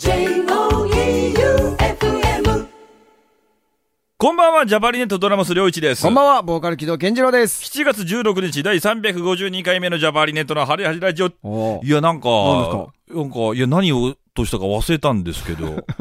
J-O-E-U-F-M。 こんばんは、ジャパリネットドラマス良一です。 こんばんは、ボーカル木戸健次郎です。 7月16日第352回目のジャパリネットのハリハリラジオ。いや、なんか、いや、何をとしたか忘れたんですけど。違う。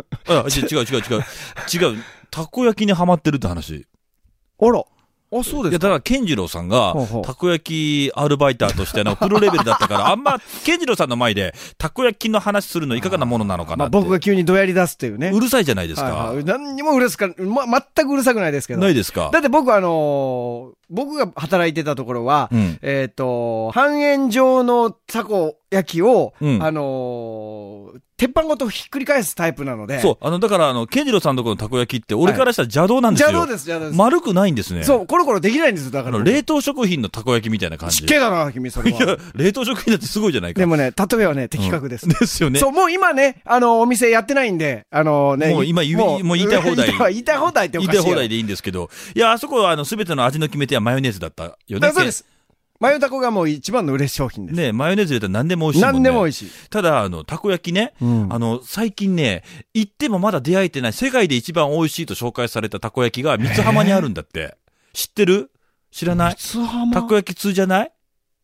たこ焼きにハマってるって話。 あら。あ、そうですか。 いや、だから、健次郎さんが、たこ焼きアルバイターとしてのプロレベルだったから、あんま、健次郎さんの前で、たこ焼きの話するのいかがなものなのかなって。 僕が急にどやり出すっていうね。 うるさいじゃないですか。 何にも全くうるさくないですけど。 ないですか。 だって僕僕が働いてたところは、半円状のたこ焼きを、鉄板ごとひっくり返すタイプなので。 そう。だから、健次郎さんのところのたこ焼きって、俺からしたら邪道なんですよ。 邪道です。 丸くないんですね。 そう、コロコロできないんですよ。だから。 冷凍食品のたこ焼きみたいな感じ。 ちっけだな、君、それは。 いや、冷凍食品だってすごいじゃないか。 でもね、例えはね、的確です。 ですよね。 そう、もう今ね、お店やってないんで、もう今もう言いたい放題。 言いたい放題っておかしい。 言いたい放題でいいんですけど。いや、あそこはすべての味の決め手はマヨネーズだったよね。 そうです。マヨタコがもう一番の嬉しい商品です。 ね、マヨネーズ入れたら何でも美味しいもんね。 何でも美味しい。 ただ、たこ焼きね、最近ね、行ってもまだ出会えてない、世界で一番美味しいと紹介されたたこ焼きが三津浜にあるんだって。知ってる？知らない？ 三津浜？ たこ焼き通じゃない？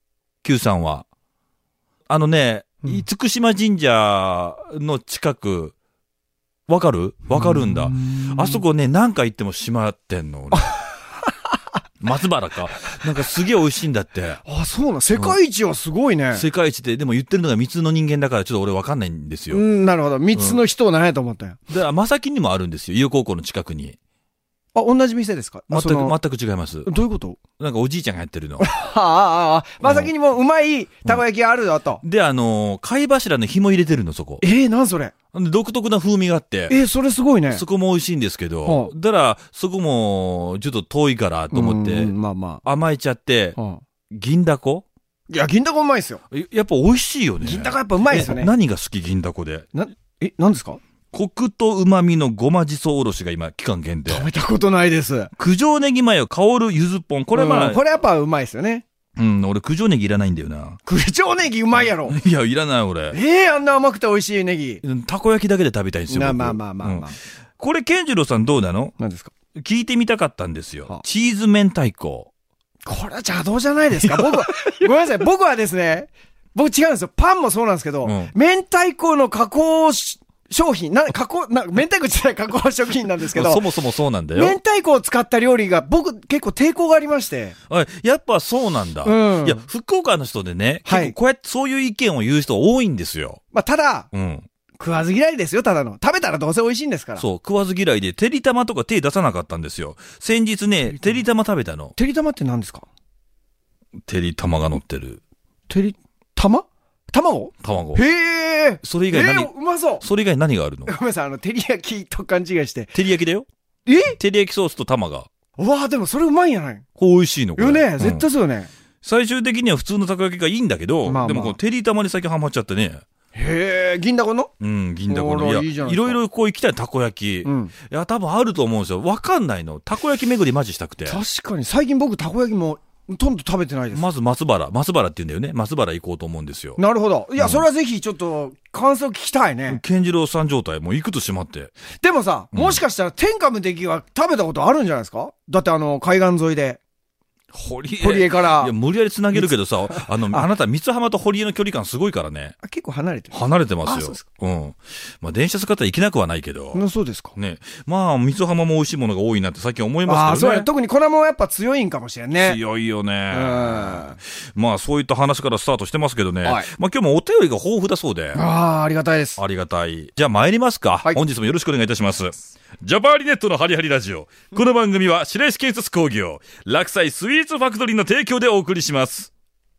Q さんは。厳島神社の近く、わかるんだ。あそこね、何回行っても閉まってんの、俺。松原か。なんかすげえ美味しいんだって。 あ、そうな。世界一はすごいね。 世界一って、でも言ってるのが三つの人間だからちょっと俺わかんないんですよ。 なるほど。三つの人を何やと思ったよ。 だから、まさきにもあるんですよ。伊予高校の近くに。 あ、同じ店ですか？ 全く違います。 どういうこと？ なんかおじいちゃんがやってるの。 まさきにもうまいたこ焼きがあるよと。 で、貝柱の紐入れてるの、そこ。 なんそれ？ 独特な風味があって。 それすごいね。 そこも美味しいんですけど。だから、そこも、ちょっと遠いからと思って、甘えちゃって、銀だこ？ いや、銀だこうまいですよ。 やっぱ美味しいよね。 銀だこやっぱうまいですよね。 何が好き、銀だこで。 何ですか？ コクと旨味のごまじそおろしが今期間限定。 食べたことないです。 九条ネギマヨ香るゆずポン。これこれやっぱうまいですよね。 俺九条ネギいらないんだよな。 九条ネギうまいやろ。 いや、いらない俺。 あんな甘くて美味しいネギ。 たこ焼きだけで食べたいんですよ。 まあ。 これ、健次郎さんどうなの？ 何ですか？ 聞いてみたかったんですよ。チーズ明太子。 これは邪道じゃないですか。ごめんなさい。僕はですね、僕違うんですよ。パンもそうなんですけど、明太子の加工商品、明太子自体加工食品なんですけど。 そもそもそうなんだよ。 明太子を使った料理が僕結構抵抗がありまして。 やっぱそうなんだ。いや、福岡の人でね、結構こうやってそういう意見を言う人多いんですよ。 ただ、食わず嫌いですよ、ただの。食べたらどうせ美味しいんですから。 そう、食わず嫌いで、てりたまとか手出さなかったんですよ。先日ね、てりたま食べたの。 てりたまって何ですか？ てりたまが乗ってる。 てりたま？卵。へー。 それ以外うまそう。 それ以外何があるの？ ごめんなさい、照り焼きと勘違いして。 照り焼きだよ。照り焼きソースと玉が。 でもそれうまいんやない？ これ美味しいのこれ。 ね、絶対そうよね。 最終的には普通のたこ焼きがいいんだけど、でもこの照り玉に最近ハマっちゃってね。 銀だこの？ 銀だこの。いろいろこう行きたいたこ焼き。いや、多分あると思うんですよ。わかんないの。たこ焼き巡りマジしたくて。 確かに、最近僕たこ焼きも、ほとんど食べてないです。 まず松原って言うんだよね。松原行こうと思うんですよ。 なるほど。いや、それはぜひちょっと感想聞きたいね。 健次郎さん状態もう行くとしまって。 でもさ、もしかしたら天下無敵は食べたことあるんじゃないですか？だって海岸沿いで。堀江から。 いや、無理やり繋げるけどさ、あなた、三津浜と堀江の距離感すごいからね。 結構離れてる。 離れてますよ。そうですか。まあ、電車使ったら行けなくはないけど。 そうですか。 ね。まあ、三津浜も美味しいものが多いなって最近思いますけどね。 そうや。特に粉もやっぱ強いんかもしれんね。 強いよね。まあ、そういった話からスタートしてますけどね。まあ、今日もお便りが豊富だそうで。 ありがたいです。 ありがたい。じゃあ参りますか。本日もよろしくお願いいたします。ジャパーリネットのハリハリラジオ。この番組は白石建設工業、落栽スイーツファクトリーの提供でお送りします。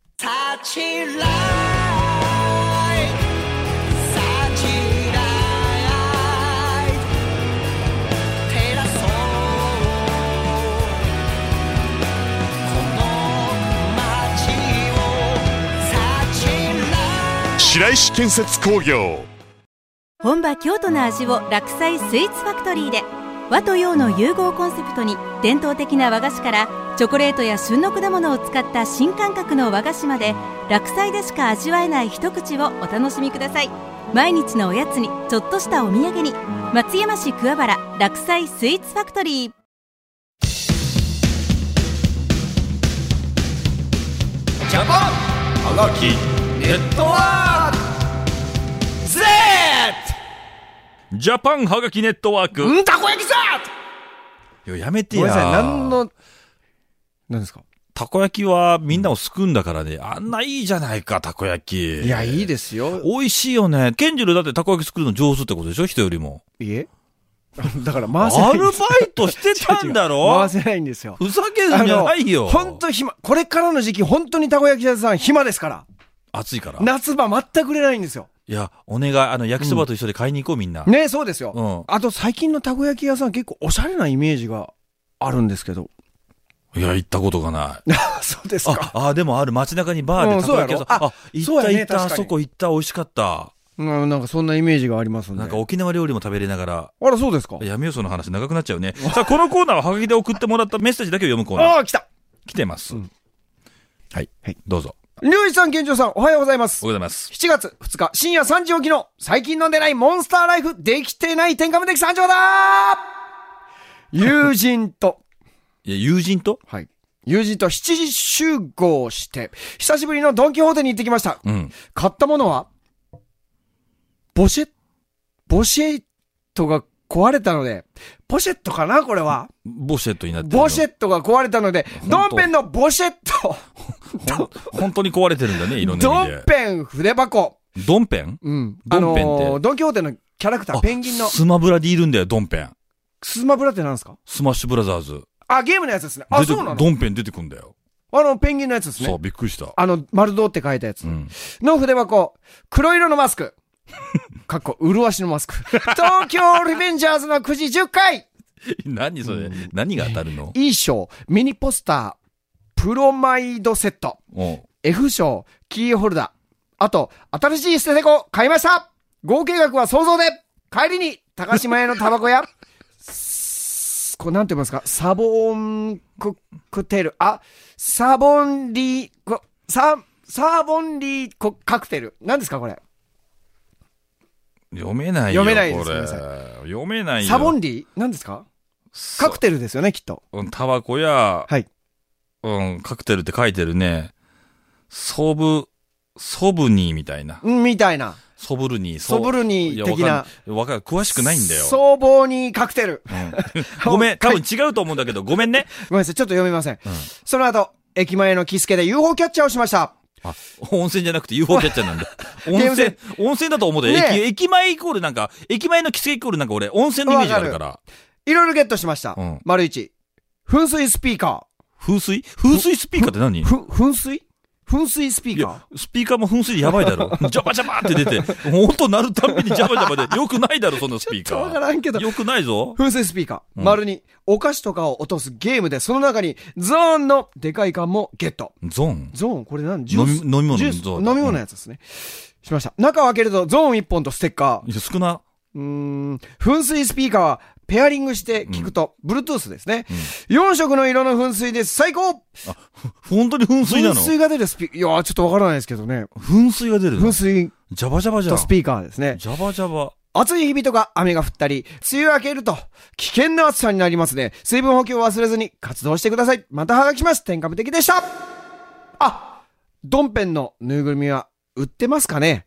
白石建設工業。 本場京都の味を落栽スイーツファクトリーで、和と洋の融合コンセプトに伝統的な和菓子からチョコレートや旬の果物を使った新感覚の和菓子まで、落栽でしか味わえない一口をお楽しみください。 毎日のおやつにちょっとしたお土産に、松山市桑原楽菜スイーツファクトリー。 ジャパンはがきネットワーク Z ジャパンはがきネットワーク。 たこ焼きさやめてや。 ごめんなさい、何ですか？ たこ焼きはみんなを救うんだからね。あんないいじゃないか、たこ焼き。 いや、いいですよ。 美味しいよね。ケンジルだってたこ焼き作るの上手ってことでしょ、人よりも。 いえだから回せない。 アルバイトしてたんだろ回せないんですよ。 ふざけるんじゃないよ。 ほんと暇。これからの時期、本当にたこ焼き屋さん暇ですから。 暑いから。 夏場全く売れないんですよ。 いや、お願い。焼きそばと一緒で買いに行こう、みんな。 ね、そうですよ。 うん。 あと最近のたこ焼き屋さん結構おしゃれなイメージがあるんですけど。 いや、行ったことがない。 そうですか。 でもある。街中にバーでたこ焼き屋さん。行った、あそこ行った、美味しかった。 なんかそんなイメージがありますね。 なんか沖縄料理も食べれながら。 あら、そうですか。 やめよう、その話長くなっちゃうね。さあ、このコーナーははがきで送ってもらったメッセージだけを読むコーナー。 来た。 来てます。はい。どうぞ。 りゅういちさん、けんちょうさん、おはようございます。 おはようございます。 7月2日、深夜3時起きの、最近飲んでないモンスターライフ、できてない天下無敵参上だ友人と。 いや、友人とはい。友人と7時集合して、久しぶりのドンキホーテに行ってきました。 うん。 買ったものは、ボシェットが壊れたので、ポシェットかなこれは。 ボシェットになってる。 ボシェットが壊れたので、ドンペンのボシェット。 本当に壊れてるんだね、いろんな意味で。 ドンペン筆箱。 ドンペンうん。 ドンペンって。 ドンキホーテのキャラクター、ペンギンの。 スマブラでいるんだよ、ドンペン。 スマブラって何ですか？ スマッシュブラザーズ。 ゲームのやつですね。そうなの？ ドンペン出てくんだよ。 ペンギンのやつですね。 そう、びっくりした。 丸ドって書いたやつ。 うん。 の筆箱。黒色のマスク。麗しのマスク。東京リベンジャーズの9時10回。 何それ、何が当たるの？ E 賞、ミニポスター、プロマイドセット。F 賞、キーホルダー。あと、新しい捨ててこ買いました。合計額は想像で。帰りに、高島屋のタバコや、これなんて言いますか？サボンクテル。サボンリカクテル。何ですかこれ？ 読めないよ。 読めないです。 これ読めないよ。 サボンリ何ですか？カクテルですよね、きっと。 タバコや、 はい。 カクテルって書いてるね。ソブニーみたいな。 みたいな。 ソブルニー的な。 詳しくないんだよ。 ソーボーニーカクテル。 ごめん、多分違うと思うんだけど、ごめんね。 ごめんなさい、ちょっと読めません。その後、駅前のキスケで UFO キャッチャーをしました。 温泉じゃなくて UFO キャッチャーなんだ。温泉だと思うで、駅前イコールなんか、駅前のキスケイコールなんか俺、温泉のイメージがあるから。 いろいろゲットしました。丸一。噴水スピーカー。噴水スピーカーって何？ 噴水スピーカー。スピーカーも噴水でやばいだろ。ジャバジャバって出て、音鳴るたんびにジャバジャバで。よくないだろ、そんなスピーカー。 ちょっとわからんけど。 よくないぞ。 噴水スピーカー。丸に、お菓子とかを落とすゲームで、その中に、ゾーンのでかい缶もゲット。 ゾーンこれ何？ 飲み物のゾーン。飲み物のやつですね。しました。中を開けると、ゾーン1本とステッカー。 少な。 噴水スピーカーは、ペアリングして聞くと、Bluetooth ですね。4色の色の噴水です。最高！ 本当に噴水なの？ 噴水が出るいやちょっとわからないですけどね。 噴水が出るの？ 噴水。 ジャバジャバじゃん。 とスピーカーですね。 ジャバジャバ。 暑い日々とか雨が降ったり、梅雨明けると危険な暑さになりますね。水分補給を忘れずに活動してください。またはがきます。天下無敵でした。ドンペンのぬいぐるみは売ってますかね？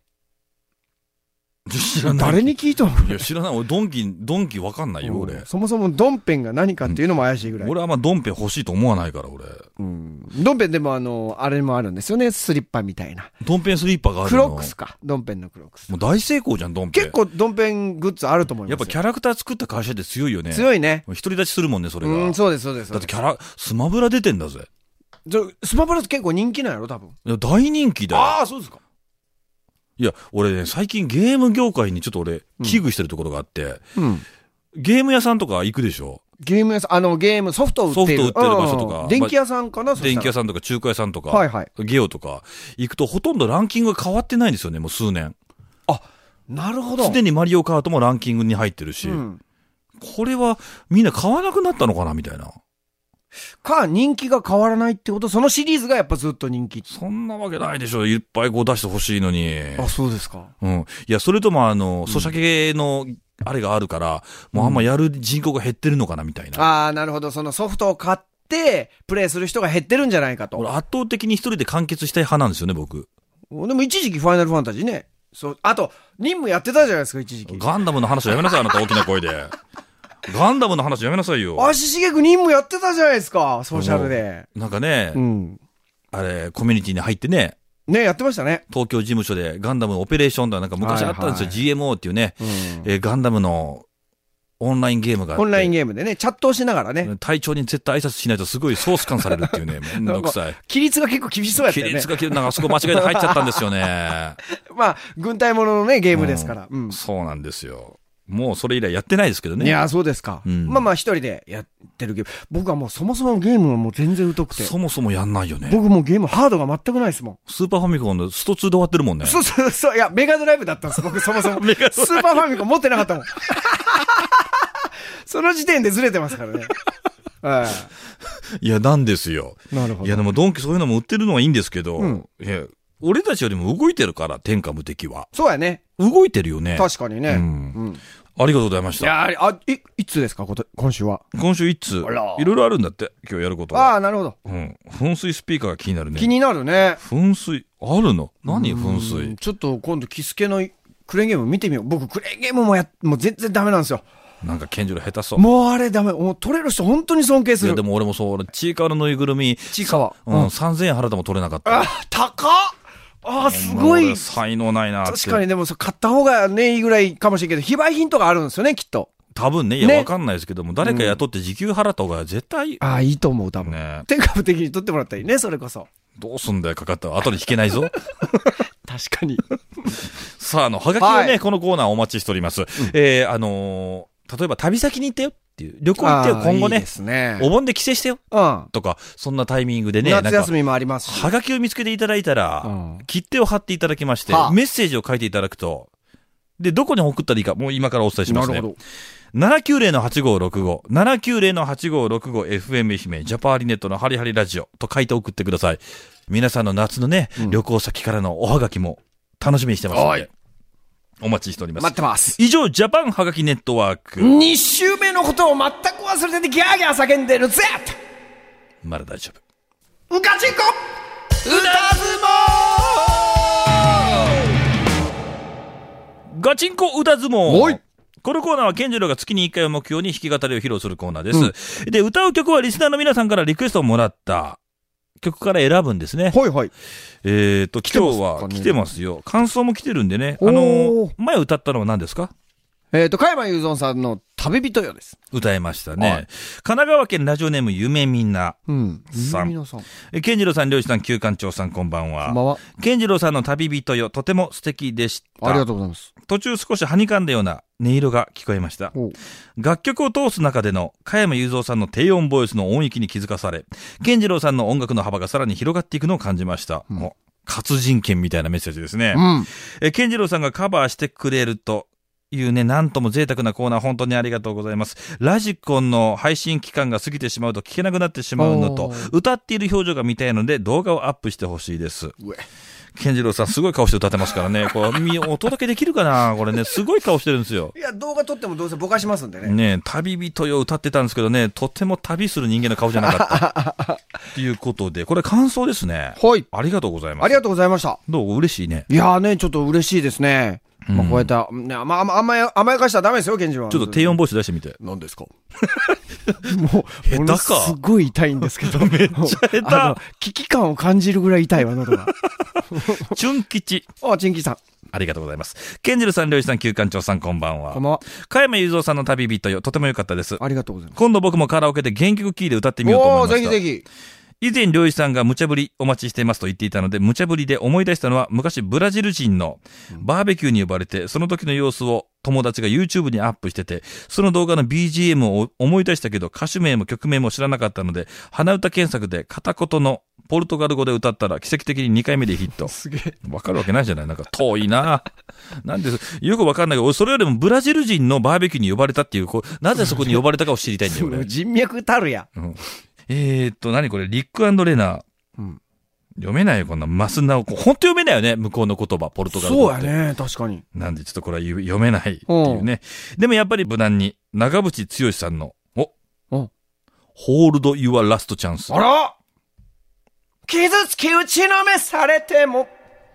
知らない。 誰に聞いたの？ いや、知らない。俺、ドンキわかんないよ、俺。 そもそもドンペンが何かっていうのも怪しいぐらい。 俺はドンペン欲しいと思わないから、俺。 ドンペンでもあれもあるんですよね。スリッパみたいな。 ドンペンスリッパがあるの。 クロックスか。ドンペンのクロックス。 もう大成功じゃん、ドンペン。 結構ドンペングッズあると思います。 やっぱキャラクター作った会社って強いよね。 強いね。 独り立ちするもんね、それが。 そうです、そうです。 だってスマブラ出てんだぜ。 スマブラって結構人気なんやろ、多分。 いや、大人気だよ。 そうですか。 いや、俺ね、最近ゲーム業界にちょっと俺、危惧してるところがあって、ゲーム屋さんとか行くでしょ？ ゲーム屋さん、ゲーム、ソフト売ってる場所とか。 電気屋さんかな？ 電気屋さんとか中華屋さんとか、ゲオとか、行くとほとんどランキングが変わってないんですよね、もう数年。 なるほど。 すでにマリオカートもランキングに入ってるし、これはみんな買わなくなったのかなみたいな。 人気が変わらないってこと、そのシリーズがやっぱずっと人気。 そんなわけないでしょ。いっぱいこう出してほしいのに。 あ、そうですか。 うん。いや、それともソシャゲの、あれがあるから、もうあんまやる人口が減ってるのかな、みたいな。 ああ、なるほど。そのソフトを買って、プレイする人が減ってるんじゃないかと。 俺圧倒的に一人で完結したい派なんですよね、僕。 でも一時期ファイナルファンタジーね。そう、あと、任務やってたじゃないですか、一時期。 ガンダムの話やめなさい、あなた大きな声で。ガンダムの話やめなさいよ。 足しげく任務やってたじゃないですか、ソーシャルで。 なんかね、 うん。 あれ、コミュニティに入ってね。 ね、やってましたね。 東京事務所でガンダムのオペレーションだなんか昔あったんですよ、はいはい、GMO っていうね、ガンダムのオンラインゲームがあって。 オンラインゲームでね、チャットをしながらね。 隊長に絶対挨拶しないとすごいソース感されるっていうね、めんどくさい。 規律が結構厳しそうやったよね。 規律がなんかあそこ間違えて入っちゃったんですよね。 まあ、軍隊もののね、ゲームですから。 そうなんですよ。もうそれ以来やってないですけどね。 いや、そうですか。まあまあ一人でやってるゲーム。僕はもうそもそもゲームはもう全然疎くて。 そもそもやんないよね。 僕もうゲームハードが全くないですもん。 スーパーファミコンのスト2で終わってるもんね。 そう。いや、メガドライブだったんです、僕そもそも。スーパーファミコン持ってなかったもん。その時点でずれてますからね。 いや、なんですよ。 なるほど。 いや、でもドンキそういうのも売ってるのはいいんですけど、いや、俺たちよりも動いてるから、天下無敵は。 そうやね。 動いてるよね。 確かにね。 ありがとうございました。 いやいつですか、今週は。 今週いついろいろあるんだって、今日やることは。ああ、なるほど。 噴水スピーカーが気になるね。 気になるね。 噴水、あるの？何噴水？ ちょっと今度、キスケのクレーンゲーム見てみよう。僕、クレーンゲームももう全然ダメなんですよ。 なんか、ケンジロ下手そう。 もうあれダメ。もう取れる人本当に尊敬する。いや、 でも俺もそう、ちいかわのぬいぐるみ。 ちいかわ。 3000円払っても取れなかった。 高っ！すごい。 才能ないなって。 確かにでも、買った方がね、いいぐらいかもしれんけど、非売品とかあるんですよね、きっと。 多分ね、いや、わかんないですけども、誰か雇って時給払った方が絶対。 いいと思う、多分。 ね。 天下無敵に取ってもらったらいいね、それこそ。 どうすんだよ、かかったら。後で弾けないぞ。 確かに。 さあ、はがきをね、このコーナーお待ちしております。例えば旅先に行ったよっていう、旅行行ってよ、今後ね。いいですね。お盆で帰省してよ。とか、そんなタイミングでね。 夏休みもありますし。 はがきを見つけていただいたら、切手を貼っていただきまして、メッセージを書いていただくと、で、どこに送ったらいいか、もう今からお伝えしますね。なるほど。790-8565、790-8565、FM 愛媛、ジャパーリネットのハリハリラジオと書いて送ってください。皆さんの夏のね、旅行先からのおはがきも楽しみにしてますので。お待ちしております。 待ってます。 以上、ジャパンはがきネットワーク。 2週目のことを全く忘れてギャーギャー叫んでるぜ！ まだ大丈夫。ガチンコ歌相撲ガチンコ歌相撲このコーナーはケンジロが月に1回を目標に弾き語りを披露するコーナーです。で、歌う曲はリスナーの皆さんからリクエストをもらった曲から選ぶんですね。 はいはい。 今日は来てますよ。感想も来てるんでね。前歌ったのは何ですか？ 加山雄三さんの旅人よです。 歌いましたね。神奈川県ラジオネームゆめみなさん。健次郎さん、漁師さん、旧館長さん、こんばんは。こんばんは。健次郎さんの旅人よ、とても素敵でした。 ありがとうございます。 途中少しはにかんだような音色が聞こえました。楽曲を通す中での加山雄三さんの低音ボイスの音域に気づかされ、健次郎さんの音楽の幅がさらに広がっていくのを感じました。活人権みたいなメッセージですね。健次郎さんがカバーしてくれるというね、なんとも贅沢なコーナー、本当にありがとうございます。ラジコンの配信期間が過ぎてしまうと聞けなくなってしまうのと、歌っている表情が見たいので動画をアップしてほしいです。健次郎さんすごい顔して歌ってますからね。これお届けできるかなこれね、すごい顔してるんですよ。 いや、動画撮ってもどうせぼかしますんでね。 ね、旅人よ歌ってたんですけどね、とても旅する人間の顔じゃなかった。ということで、これ感想ですね。 はい。 ありがとうございます。 ありがとうございました。 どう？嬉しいね。 いやーね、ちょっと嬉しいですね。まあ、こうやって、ね、甘やかしたらダメですよ、ケンジは。 ちょっと低音ボイス出してみて。 何ですかもう、 下手か。 すごい痛いんですけど。 めっちゃ下手。 危機感を感じるぐらい痛いわ、喉が。 チュン吉。 チュン吉さん。 ありがとうございます。ケンジルさん、漁師さん、旧館長さん、こんばんは。 こんばんは。 加山雄三さんの旅人よ、とても良かったです。 ありがとうございます。 今度僕もカラオケで原曲キーで歌ってみようと思いました。 ぜひぜひ。 以前、漁師さんが無茶ぶりお待ちしていますと言っていたので、無茶ぶりで思い出したのは、昔ブラジル人のバーベキューに呼ばれて、その時の様子を友達が YouTube にアップしてて、その動画の BGM を思い出したけど、歌手名も曲名も知らなかったので、鼻歌検索で片言のポルトガル語で歌ったら、奇跡的に2回目でヒット。 すげえ。 わかるわけないじゃない。なんか遠いな。なんで、よくわかんないけど、俺それよりもブラジル人のバーベキューに呼ばれたっていう、なぜそこに呼ばれたかを知りたいんだよ、俺。 人脈たるや。 何これ、リック&レナー。 うん。 読めないよ、こんな、マスナオコ。ほんと読めないよね、向こうの言葉、ポルトガル語って。 そうやね、確かに。 なんでちょっとこれは読めないっていうね。でもやっぱり無難に、長渕剛さんの、Hold Your Last Chance。 あら傷つき打ちのめされても。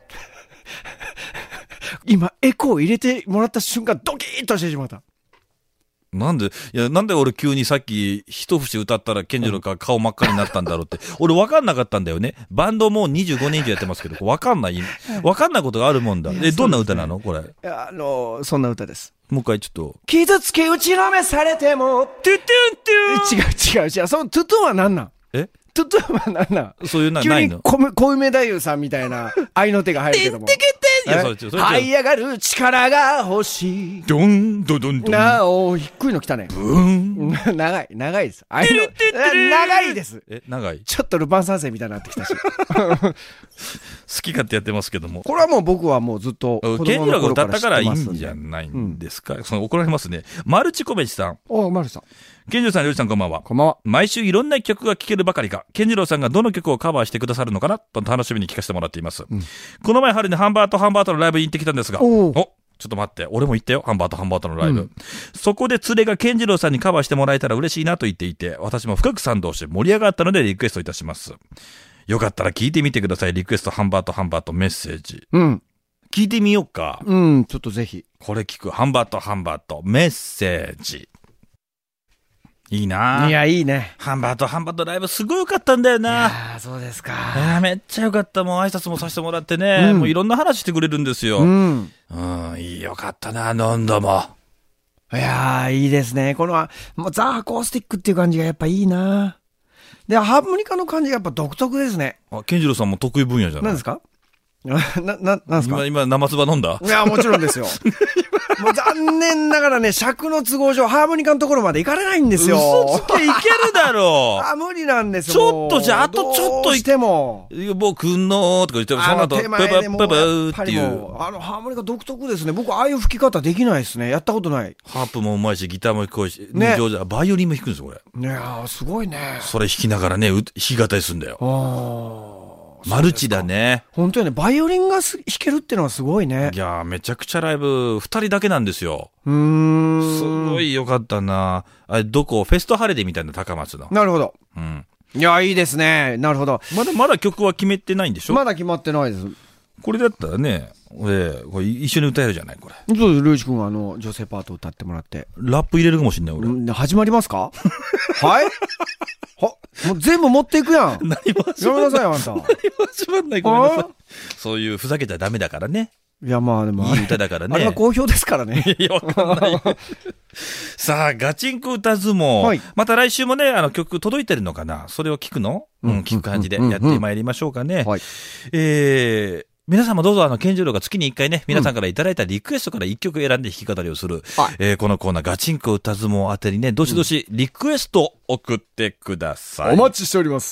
今、エコー入れてもらった瞬間、ドキーッとしてしまった。 なんで俺急にさっき一節歌ったらケンジロが顔真っ赤になったんだろうって。俺分かんなかったんだよね。バンドもう25年以上やってますけど、分かんないことがあるもんだ。どんな歌なのこれ。 そんな歌です。 もう一回ちょっと。 傷つき打ちのめされても。 トゥトゥントゥン。 違う。そのトゥトゥンは何なん？トゥトゥンは何なん？ そういうないの？ 急に小梅太夫さんみたいな愛の手が入るけども。 いや、それ這い上がる力が欲しい。 ドンドドンドン。 低いの来たね。 ブーン。 長いです。長いです。 長い。 ちょっとルパン三世みたいになってきたし。 好き勝手やってますけども。 これはもう僕はもうずっと。 ケンジロが歌ったからいいんじゃないんですか？怒られますね。マルチコメチさん。 マルチさん。 ケンジロさん、りょうじさんこんばんは。 こんばんは。 毎週いろんな曲が聴けるばかりか、ケンジロさんがどの曲をカバーしてくださるのかなと楽しみに聞かせてもらっています。この前春にハンバートのライブに行ってきたんですが、ちょっと待って、俺も行ったよ、ハンバートのライブ。そこで連れがケンジロさんにカバーしてもらえたら嬉しいなと言っていて、私も深く賛同して盛り上がったのでリクエストいたします。よかったら聞いてみてください。リクエストハンバートメッセージ。聞いてみようか。 ちょっとぜひ。 これ聞く。ハンバートメッセージ。いいなぁ。 いや、いいね。 ハンバートライブすごい良かったんだよな。 そうですか。 めっちゃ良かった。もう挨拶もさせてもらってね。もういろんな話してくれるんですよ。良かったな、何度も。 いやー、いいですね。この、もうザ・アコースティックっていう感じがやっぱいいな。で、ハーモニカの感じがやっぱ独特ですね。 ケンジロさんも得意分野じゃない？ 何ですか？なんすか？ 今生唾飲んだ？ いや、もちろんですよ。もう残念ながらね、尺の都合上、ハーモニカのところまで行かれないんですよ。 嘘つけ、いけるだろう。 無理なんですよ。 ちょっとじゃあ、あとちょっとしても。 僕のとか言って、その後、 手前でもやっぱりもう、ハーモニカ独特ですね。僕、ああいう吹き方できないですね。やったことない。 ハープもうまいし、ギターも弾こいし、ね、上手。バイオリンも弾くんですよ、これ。 いやー、すごいね。 それ弾きながらね、弾き語りするんだよ。マルチだね。 本当にね、バイオリンが弾けるってのはすごいね。 いやー、めちゃくちゃライブ、2人だけなんですよ。すごい良かったな。あれ、フェストハレデみたいな高松の。 なるほど。いや、いいですね。なるほど。 まだ曲は決めてないんでしょ？ まだ決まってないです。 これだったらね、これ一緒に歌えるじゃない、これ。 そうです、ルイチ君は女性パート歌ってもらって。 ラップ入れるかもしんない、俺。 始まりますか？はいもう全部持っていくやん。 何もやめなさいよ、あんた。 何も始まんない、ごめんなさい。そういうふざけちゃダメだからね。 いや、まあでも。 いい歌だからね。 あれは好評ですからね。 いや、わかんない。さあ、ガチンコ歌相撲。はい、また来週もね、曲届いてるのかな？それを聞くの？聞く感じでやってまいりましょうかね。はい。皆さんもどうぞケンジロが月に1回ね、皆さんからいただいたリクエストから1曲選んで弾き語りをする。このコーナーガチンコ歌相撲あたりね、どしどしリクエスト送ってください。 お待ちしております。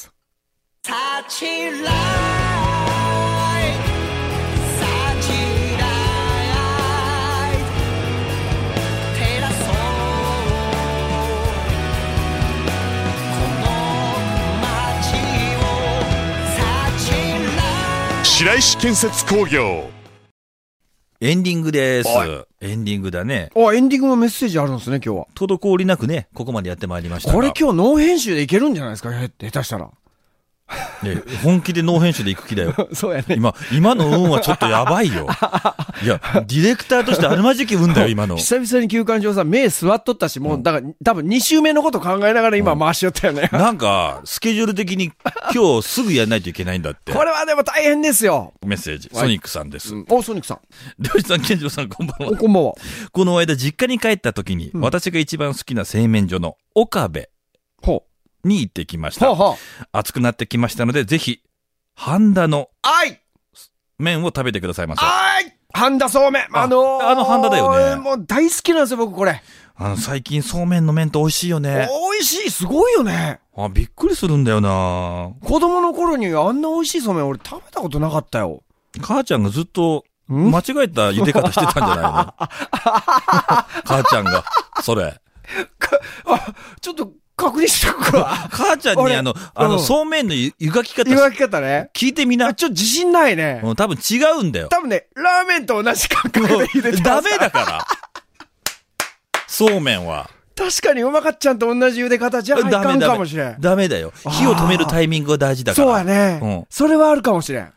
白石建設工業。 エンディングです。エンディングだね。 エンディングのメッセージあるんですね、今日は。 滞りなくね、ここまでやってまいりましたが。 これ今日ノー編集でいけるんじゃないですか、下手したら。 本気でノー編集で行く気だよ。 そうやね。 今の運はちょっとやばいよ。いや、ディレクターとしてあるまじき運だよ、今の。 久々に休館長さん、目座っとったし、もう、だから、多分2週目のこと考えながら今回しよったよね。 なんか、スケジュール的に今日すぐやんないといけないんだって。 これはでも大変ですよ。 メッセージ、ソニックさんです。 ソニックさん。 りょうじさん、ケンジロさん、こんばんは。 こんばんは。 この間、実家に帰った時に、私が一番好きな製麺所の岡部に行ってきました。暑くなってきましたので、ぜひ、半田の麺を食べてくださいませ。 半田そうめん。 半田だよね。 もう大好きなんですよ、僕これ。 最近そうめんの麺って美味しいよね。 美味しい、すごいよね。 びっくりするんだよな。 子供の頃にあんな美味しいそうめん俺食べたことなかったよ。 母ちゃんがずっと間違えた茹で方してたんじゃないの？母ちゃんが、それ。 ちょっと確認しとくわ。 母ちゃんにそうめんの湯がき方湯がき方ね。 聞いてみな。 ちょっと自信ないね。 多分違うんだよ。 多分ね、ラーメンと同じ感覚で茹でてダメだから。そうめんは。 確かにうまかっちゃんと同じ茹で方じゃいかんかもしれん。 ダメだよ。火を止めるタイミングが大事だから。 そうやね。それはあるかもしれん。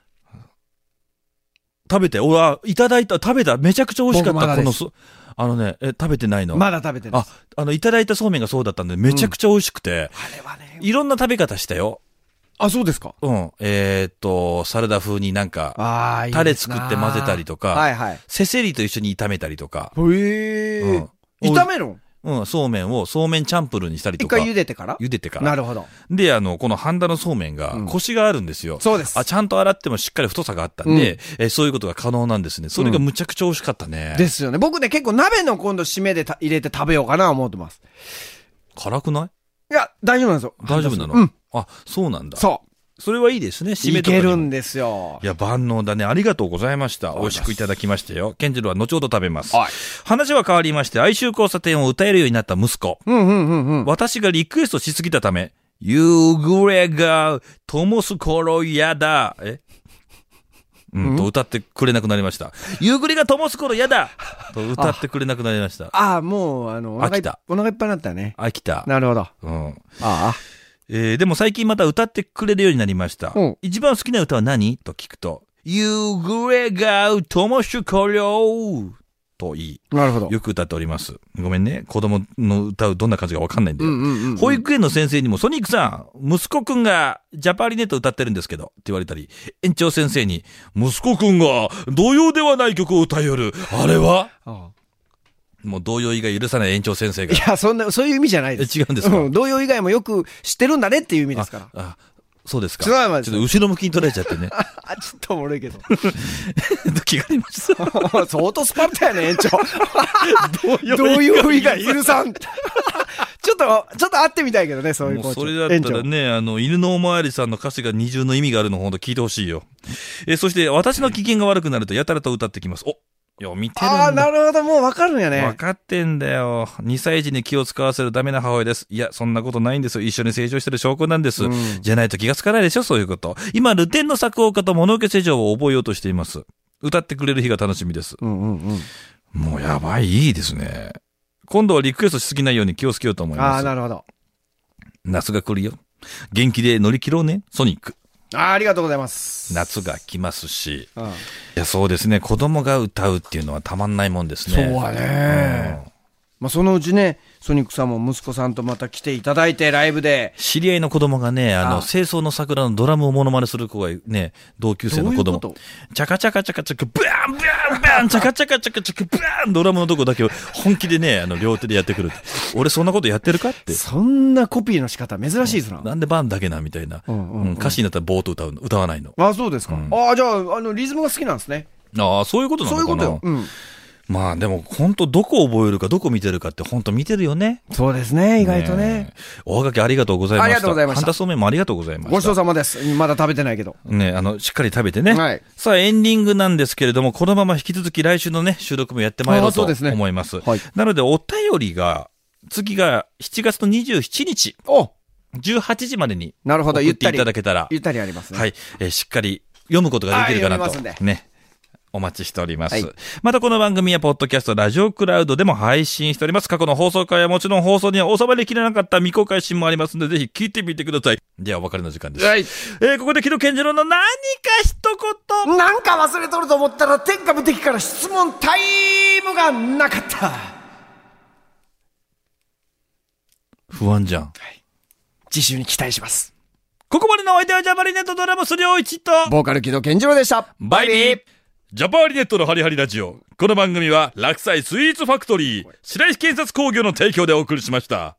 食べて。俺は、食べた。めちゃくちゃ美味しかった。食べてないの？ まだ食べてない。 いただいたそうめんがそうだったんで、めちゃくちゃ美味しくて。 あれはね。 いろんな食べ方したよ。 あ、そうですか？ うん。サラダ風になんか、タレ作って混ぜたりとか、 はいはい。 せせりと一緒に炒めたりとか。 へー。炒めるの？ うん、そうめんを、そうめんチャンプルーにしたりとか。 一回茹でてから？ 茹でてから。 なるほど。 で、この半田のそうめんが、コシがあるんですよ。 そうです。 ちゃんと洗ってもしっかり太さがあったんで、そういうことが可能なんですね。それがむちゃくちゃ美味しかったね。 ですよね。僕ね、結構鍋の今度締めで入れて食べようかな思ってます。 辛くない？ いや、大丈夫なんですよ。 大丈夫なの？あ、そうなんだ。 そう。 それはいいですね、 締めとかに。いけるんですよ。 いや、万能だね。ありがとうございました。美味しくいただきましたよ。ケンジロは後ほど食べます。 はい。 話は変わりまして、哀愁交差点を歌えるようになった息子。私がリクエストしすぎたため、夕暮れが灯す頃やだ。と歌ってくれなくなりました。夕暮れが灯す頃やだと歌ってくれなくなりました。 もう、 飽きた。 お腹いっぱいになったね。 飽きた。 なるほど。 でも最近また歌ってくれるようになりました。一番好きな歌は何と聞くと、夕暮れが灯す頃と言い、 なるほど。 よく歌っております。ごめんね。子供の歌うどんな感じかわかんないんだよ。保育園の先生にも、ソニックさん、息子くんがジャパリネット歌ってるんですけど、って言われたり、園長先生に、息子くんが童謡ではない曲を歌いよる。あれはもう童謡以外許さない園長先生が。 いや、そういう意味じゃないです。 違うんですか？ 童謡以外もよく知ってるんだねっていう意味ですから。 そうですか。 ちょっと後ろ向きに取られちゃってね。 ちょっとおもろいけど。 気がありました。 相当スパルタやね、園長。童謡以外許さん。ちょっと会ってみたいけどね、そういう子。 それだったらね、犬のおまわりさんの歌詞が二重の意味があるのほんと聞いてほしいよ。そして、私の機嫌が悪くなるとやたらと歌ってきます。見てるんだ。 なるほど、もうわかるんやね。 わかってんだよ。2歳児に気を使わせるダメな母親です。いや、そんなことないんですよ。一緒に成長してる証拠なんです。じゃないと気がつかないでしょ、そういうこと。今、ルテンの作法家と物受け世情を覚えようとしています。歌ってくれる日が楽しみです。もうやばい、いいですね。今度はリクエストしすぎないように気をつけようと思います。 なるほど。 夏が来るよ。元気で乗り切ろうね、ソニック。 ありがとうございます。 夏が来ますし。いや、そうですね。子供が歌うっていうのはたまんないもんですね。 そうはね。そのうちね、ソニックさんも息子さんとまた来ていただいて、ライブで。 知り合いの子供がね、清掃の桜のドラムをモノマネする子がね、同級生の子供。チャカチャカチャカチャカ、ブーンブーンブーン、チャカチャカチャカチャカ、ブーンドラムのとこだけを本気でね、両手でやってくる。俺そんなことやってるかって。 そんなコピーの仕方珍しいですな。 なんでバンだけな、みたいな。歌詞になったらボーっと歌わないの。 そうですか。じゃあ、リズムが好きなんですね。 そういうことなのかな。そういうことよ。まあでも本当どこ覚えるかどこ見てるかって本当見てるよね。 そうですね、意外とね。 おはがきありがとうございました。 ありがとうございました。 半田そうめんもありがとうございました。 ごちそうさまです。まだ食べてないけど。 ね、しっかり食べてね。 はい。 さあエンディングなんですけれども、このまま引き続き来週のね、収録もやってまいろうと思います。はい。なのでお便りが、次が7月の27日。18時までに。 なるほど、 送っていただけたら。 ゆったりありますね。 はい。しっかり読むことができるかなと。ね。お待ちしております。またこの番組はポッドキャスト、ラジオクラウドでも配信しております。過去の放送回はもちろん放送には収まりきれなかった未公開シーンもありますので、ぜひ聞いてみてください。ではお別れの時間です。はい。ここで木戸健次郎の何か一言。 なんか忘れとると思ったら天下無敵から質問タイムがなかった。 不安じゃん。はい。 次週に期待します。 ここまでのお相手はジャパリネットドラムス良一と、 ボーカル木戸健次郎でした。 バイビー。ジャパーリネットのハリハリラジオ。この番組は、落栽スイーツファクトリー、白石建設工業の提供でお送りしました。